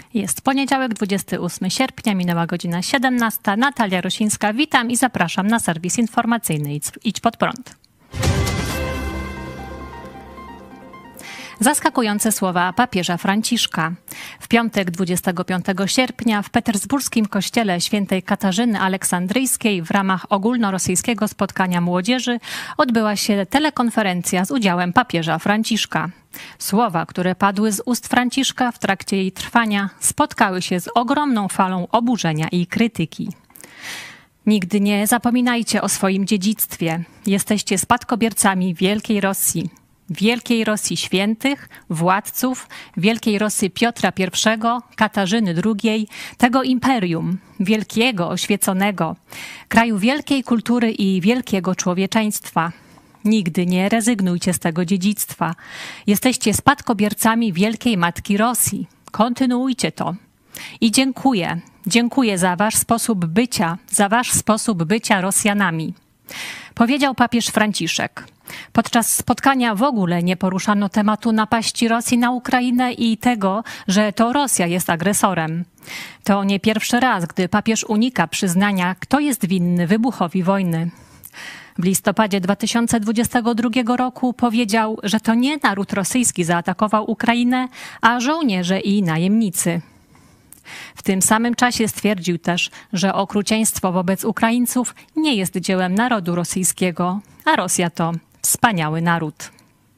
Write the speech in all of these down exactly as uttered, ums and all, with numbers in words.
Jest poniedziałek, dwudziestego ósmego sierpnia, minęła godzina siedemnasta. Natalia Rosińska, witam i zapraszam na serwis informacyjny Idź Pod Prąd. Zaskakujące słowa papieża Franciszka. W piątek dwudziestego piątego sierpnia w petersburskim kościele świętej Katarzyny Aleksandryjskiej w ramach ogólnorosyjskiego spotkania młodzieży odbyła się telekonferencja z udziałem papieża Franciszka. Słowa, które padły z ust Franciszka w trakcie jej trwania, spotkały się z ogromną falą oburzenia i krytyki. Nigdy nie zapominajcie o swoim dziedzictwie. Jesteście spadkobiercami wielkiej Rosji. Wielkiej Rosji świętych, władców, Wielkiej Rosji Piotra Pierwszego, Katarzyny Drugiej, tego imperium, wielkiego, oświeconego, kraju wielkiej kultury i wielkiego człowieczeństwa. Nigdy nie rezygnujcie z tego dziedzictwa. Jesteście spadkobiercami Wielkiej Matki Rosji. Kontynuujcie to. I dziękuję, dziękuję za wasz sposób bycia, za wasz sposób bycia Rosjanami. Powiedział papież Franciszek. Podczas spotkania w ogóle nie poruszano tematu napaści Rosji na Ukrainę i tego, że to Rosja jest agresorem. To nie pierwszy raz, gdy papież unika przyznania, kto jest winny wybuchowi wojny. W listopadzie dwa tysiące dwudziestego drugiego roku powiedział, że to nie naród rosyjski zaatakował Ukrainę, a żołnierze i najemnicy. W tym samym czasie stwierdził też, że okrucieństwo wobec Ukraińców nie jest dziełem narodu rosyjskiego, a Rosja to wspaniały naród.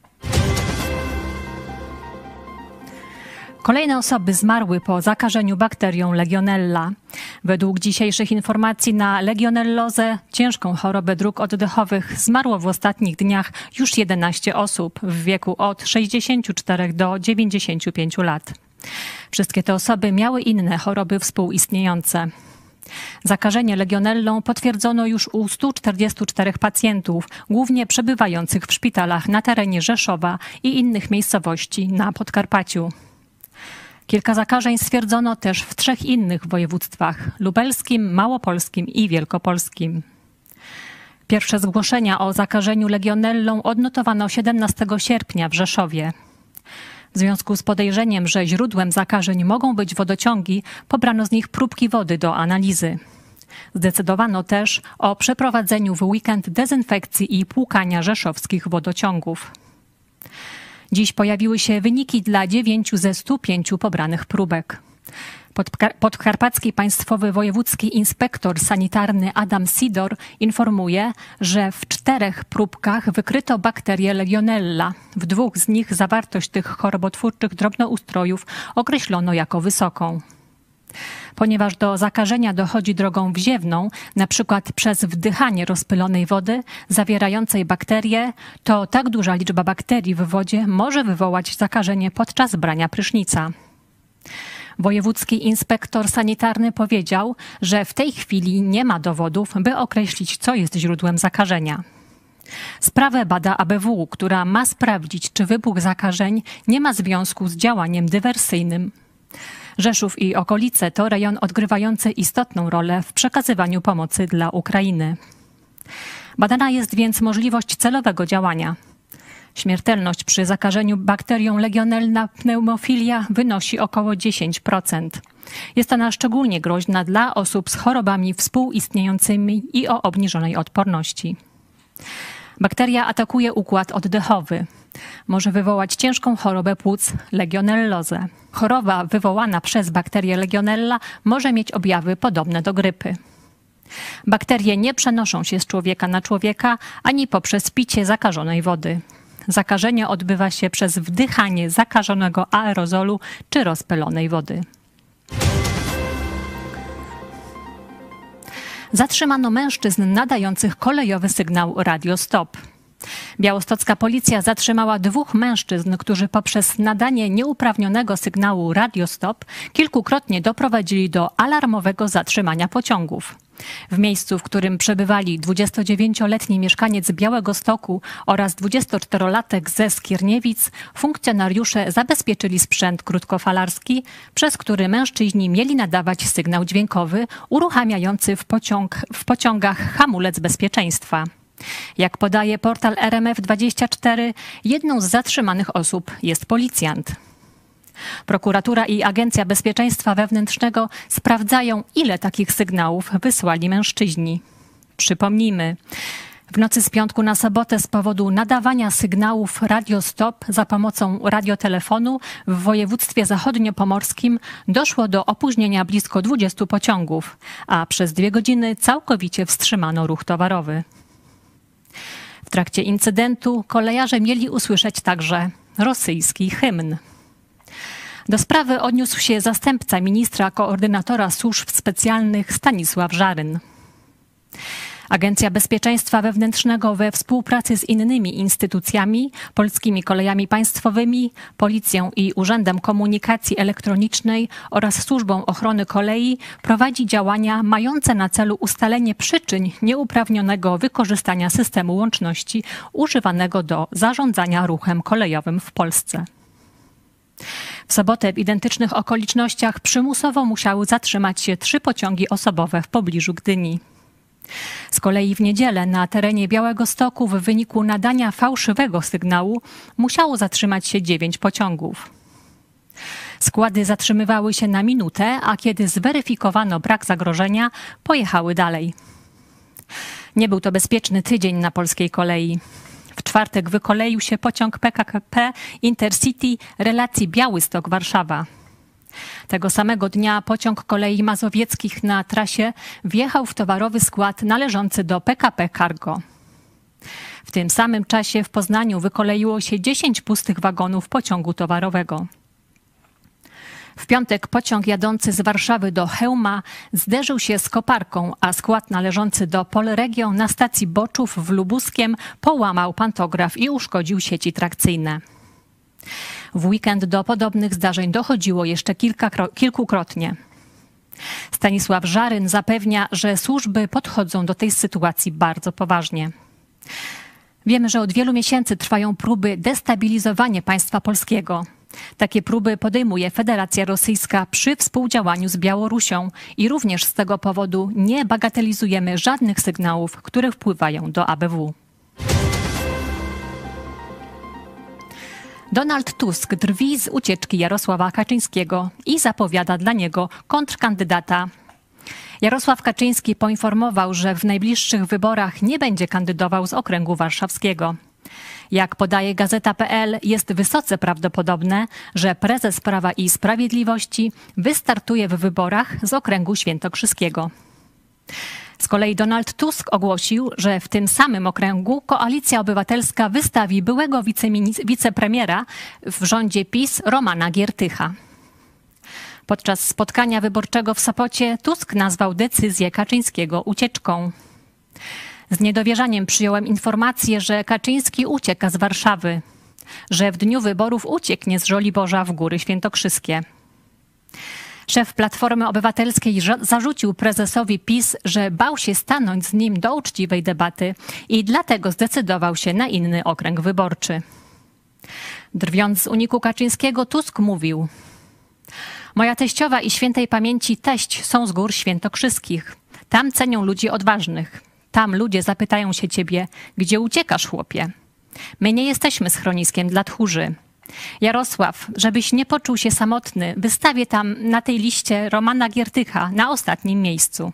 Kolejne osoby zmarły po zakażeniu bakterią Legionella. Według dzisiejszych informacji na legionellozę, ciężką chorobę dróg oddechowych, zmarło w ostatnich dniach już jedenaście osób w wieku od sześćdziesięciu czterech do dziewięćdziesięciu pięciu lat. Wszystkie te osoby miały inne choroby współistniejące. Zakażenie legionellą potwierdzono już u stu czterdziestu czterech pacjentów, głównie przebywających w szpitalach na terenie Rzeszowa i innych miejscowości na Podkarpaciu. Kilka zakażeń stwierdzono też w trzech innych województwach: lubelskim, małopolskim i wielkopolskim. Pierwsze zgłoszenia o zakażeniu legionellą odnotowano siedemnastego sierpnia w Rzeszowie. W związku z podejrzeniem, że źródłem zakażeń mogą być wodociągi, pobrano z nich próbki wody do analizy. Zdecydowano też o przeprowadzeniu w weekend dezynfekcji i płukania rzeszowskich wodociągów. Dziś pojawiły się wyniki dla dziewięciu ze stu pięciu pobranych próbek. Podkarpacki Państwowy Wojewódzki Inspektor Sanitarny Adam Sidor informuje, że w czterech próbkach wykryto bakterię Legionella. W dwóch z nich zawartość tych chorobotwórczych drobnoustrojów określono jako wysoką. Ponieważ do zakażenia dochodzi drogą wziewną, na przykład przez wdychanie rozpylonej wody zawierającej bakterie, to tak duża liczba bakterii w wodzie może wywołać zakażenie podczas brania prysznica. Wojewódzki inspektor sanitarny powiedział, że w tej chwili nie ma dowodów, by określić, co jest źródłem zakażenia. Sprawę bada A B W, która ma sprawdzić, czy wybuch zakażeń nie ma związku z działaniem dywersyjnym. Rzeszów i okolice to rejon odgrywający istotną rolę w przekazywaniu pomocy dla Ukrainy. Badana jest więc możliwość celowego działania. Śmiertelność przy zakażeniu bakterią Legionella pneumofilia wynosi około dziesięć procent. Jest ona szczególnie groźna dla osób z chorobami współistniejącymi i o obniżonej odporności. Bakteria atakuje układ oddechowy. Może wywołać ciężką chorobę płuc, legionellozę. Choroba wywołana przez bakterię Legionella może mieć objawy podobne do grypy. Bakterie nie przenoszą się z człowieka na człowieka ani poprzez picie zakażonej wody. Zakażenie odbywa się przez wdychanie zakażonego aerozolu czy rozpylonej wody. Zatrzymano mężczyzn nadających kolejowy sygnał Radio Stop. Białostocka policja zatrzymała dwóch mężczyzn, którzy poprzez nadanie nieuprawnionego sygnału Radio Stop kilkukrotnie doprowadzili do alarmowego zatrzymania pociągów. W miejscu, w którym przebywali dwudziestodziewięcioletni mieszkaniec Białegostoku oraz dwudziestoczterolatek ze Skierniewic, funkcjonariusze zabezpieczyli sprzęt krótkofalarski, przez który mężczyźni mieli nadawać sygnał dźwiękowy uruchamiający w, pociąg, w pociągach hamulec bezpieczeństwa. Jak podaje portal R M F dwadzieścia cztery, jedną z zatrzymanych osób jest policjant. Prokuratura i Agencja Bezpieczeństwa Wewnętrznego sprawdzają, ile takich sygnałów wysłali mężczyźni. Przypomnijmy, w nocy z piątku na sobotę z powodu nadawania sygnałów Radio Stop za pomocą radiotelefonu w województwie zachodniopomorskim doszło do opóźnienia blisko dwudziestu pociągów, a przez dwie godziny całkowicie wstrzymano ruch towarowy. W trakcie incydentu kolejarze mieli usłyszeć także rosyjski hymn. Do sprawy odniósł się zastępca ministra koordynatora służb specjalnych Stanisław Żaryn. Agencja Bezpieczeństwa Wewnętrznego we współpracy z innymi instytucjami, Polskimi Kolejami Państwowymi, Policją i Urzędem Komunikacji Elektronicznej oraz Służbą Ochrony Kolei prowadzi działania mające na celu ustalenie przyczyn nieuprawnionego wykorzystania systemu łączności używanego do zarządzania ruchem kolejowym w Polsce. W sobotę w identycznych okolicznościach przymusowo musiały zatrzymać się trzy pociągi osobowe w pobliżu Gdyni. Z kolei w niedzielę na terenie Białegostoku w wyniku nadania fałszywego sygnału musiało zatrzymać się dziewięć pociągów. Składy zatrzymywały się na minutę, a kiedy zweryfikowano brak zagrożenia, pojechały dalej. Nie był to bezpieczny tydzień na polskiej kolei. W czwartek wykoleił się pociąg P K P Intercity relacji Białystok-Warszawa. Tego samego dnia pociąg kolei mazowieckich na trasie wjechał w towarowy skład należący do P K P Cargo. W tym samym czasie w Poznaniu wykoleiło się dziesięć pustych wagonów pociągu towarowego. W piątek pociąg jadący z Warszawy do Chełma zderzył się z koparką, a skład należący do Polregio na stacji Boczów w Lubuskiem połamał pantograf i uszkodził sieci trakcyjne. W weekend do podobnych zdarzeń dochodziło jeszcze kilka, kilkukrotnie. Stanisław Żaryn zapewnia, że służby podchodzą do tej sytuacji bardzo poważnie. Wiemy, że od wielu miesięcy trwają próby destabilizowania państwa polskiego. Takie próby podejmuje Federacja Rosyjska przy współdziałaniu z Białorusią i również z tego powodu nie bagatelizujemy żadnych sygnałów, które wpływają do A B W. Donald Tusk drwi z ucieczki Jarosława Kaczyńskiego i zapowiada dla niego kontrkandydata. Jarosław Kaczyński poinformował, że w najbliższych wyborach nie będzie kandydował z okręgu warszawskiego. Jak podaje Gazeta kropka pe el, jest wysoce prawdopodobne, że prezes Prawa i Sprawiedliwości wystartuje w wyborach z okręgu świętokrzyskiego. Z kolei Donald Tusk ogłosił, że w tym samym okręgu Koalicja Obywatelska wystawi byłego wicepremiera w rządzie PiS Romana Giertycha. Podczas spotkania wyborczego w Sopocie Tusk nazwał decyzję Kaczyńskiego ucieczką. Z niedowierzaniem przyjąłem informację, że Kaczyński ucieka z Warszawy, że w dniu wyborów ucieknie z Żoliborza w Góry Świętokrzyskie. Szef Platformy Obywatelskiej zarzucił prezesowi PiS, że bał się stanąć z nim do uczciwej debaty i dlatego zdecydował się na inny okręg wyborczy. Drwiąc z uniku Kaczyńskiego, Tusk mówił: moja teściowa i świętej pamięci teść są z Gór Świętokrzyskich. Tam cenią ludzi odważnych. Tam ludzie zapytają się ciebie, gdzie uciekasz, chłopie? My nie jesteśmy schroniskiem dla tchórzy. Jarosław, żebyś nie poczuł się samotny, wystawię tam na tej liście Romana Giertycha na ostatnim miejscu.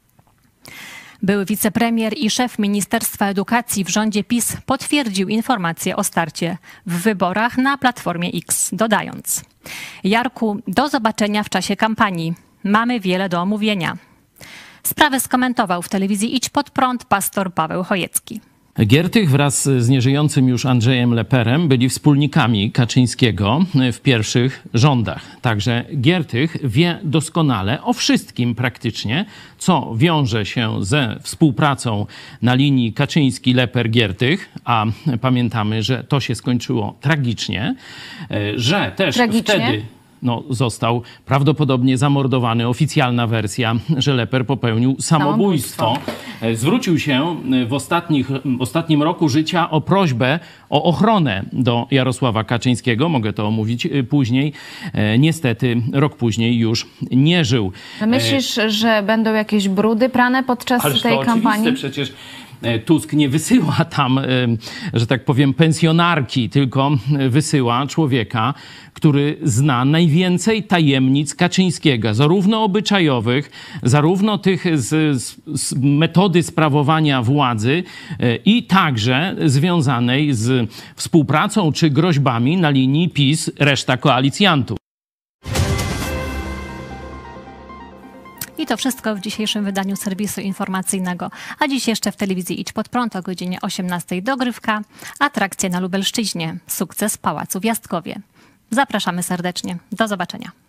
Były wicepremier i szef Ministerstwa Edukacji w rządzie PiS potwierdził informację o starcie w wyborach na Platformie X, dodając: Jarku, do zobaczenia w czasie kampanii. Mamy wiele do omówienia. Sprawę skomentował w telewizji Idź Pod Prąd pastor Paweł Chojecki. Giertych wraz z nieżyjącym już Andrzejem Leperem byli wspólnikami Kaczyńskiego w pierwszych rządach. Także Giertych wie doskonale o wszystkim praktycznie, co wiąże się ze współpracą na linii Kaczyński-Leper-Giertych, a pamiętamy, że to się skończyło tragicznie, że też tragicznie? wtedy... No, został prawdopodobnie zamordowany. Oficjalna wersja, że Leper popełnił samobójstwo. samobójstwo. Zwrócił się w, ostatnich, w ostatnim roku życia o prośbę o ochronę do Jarosława Kaczyńskiego. Mogę to omówić później. Niestety rok później już nie żył. Myślisz, że będą jakieś brudy prane podczas Ależ tej to kampanii? Przecież Tusk nie wysyła tam, że tak powiem, pensjonarki, tylko wysyła człowieka, który zna najwięcej tajemnic Kaczyńskiego, zarówno obyczajowych, zarówno tych z, z metody sprawowania władzy i także związanej z współpracą czy groźbami na linii PiS-reszta koalicjantów. I to wszystko w dzisiejszym wydaniu serwisu informacyjnego. A dziś jeszcze w telewizji Idź Pod Prąd o godzinie osiemnastej dogrywka, atrakcje na Lubelszczyźnie, sukces Pałacu w Jastkowie. Zapraszamy serdecznie. Do zobaczenia.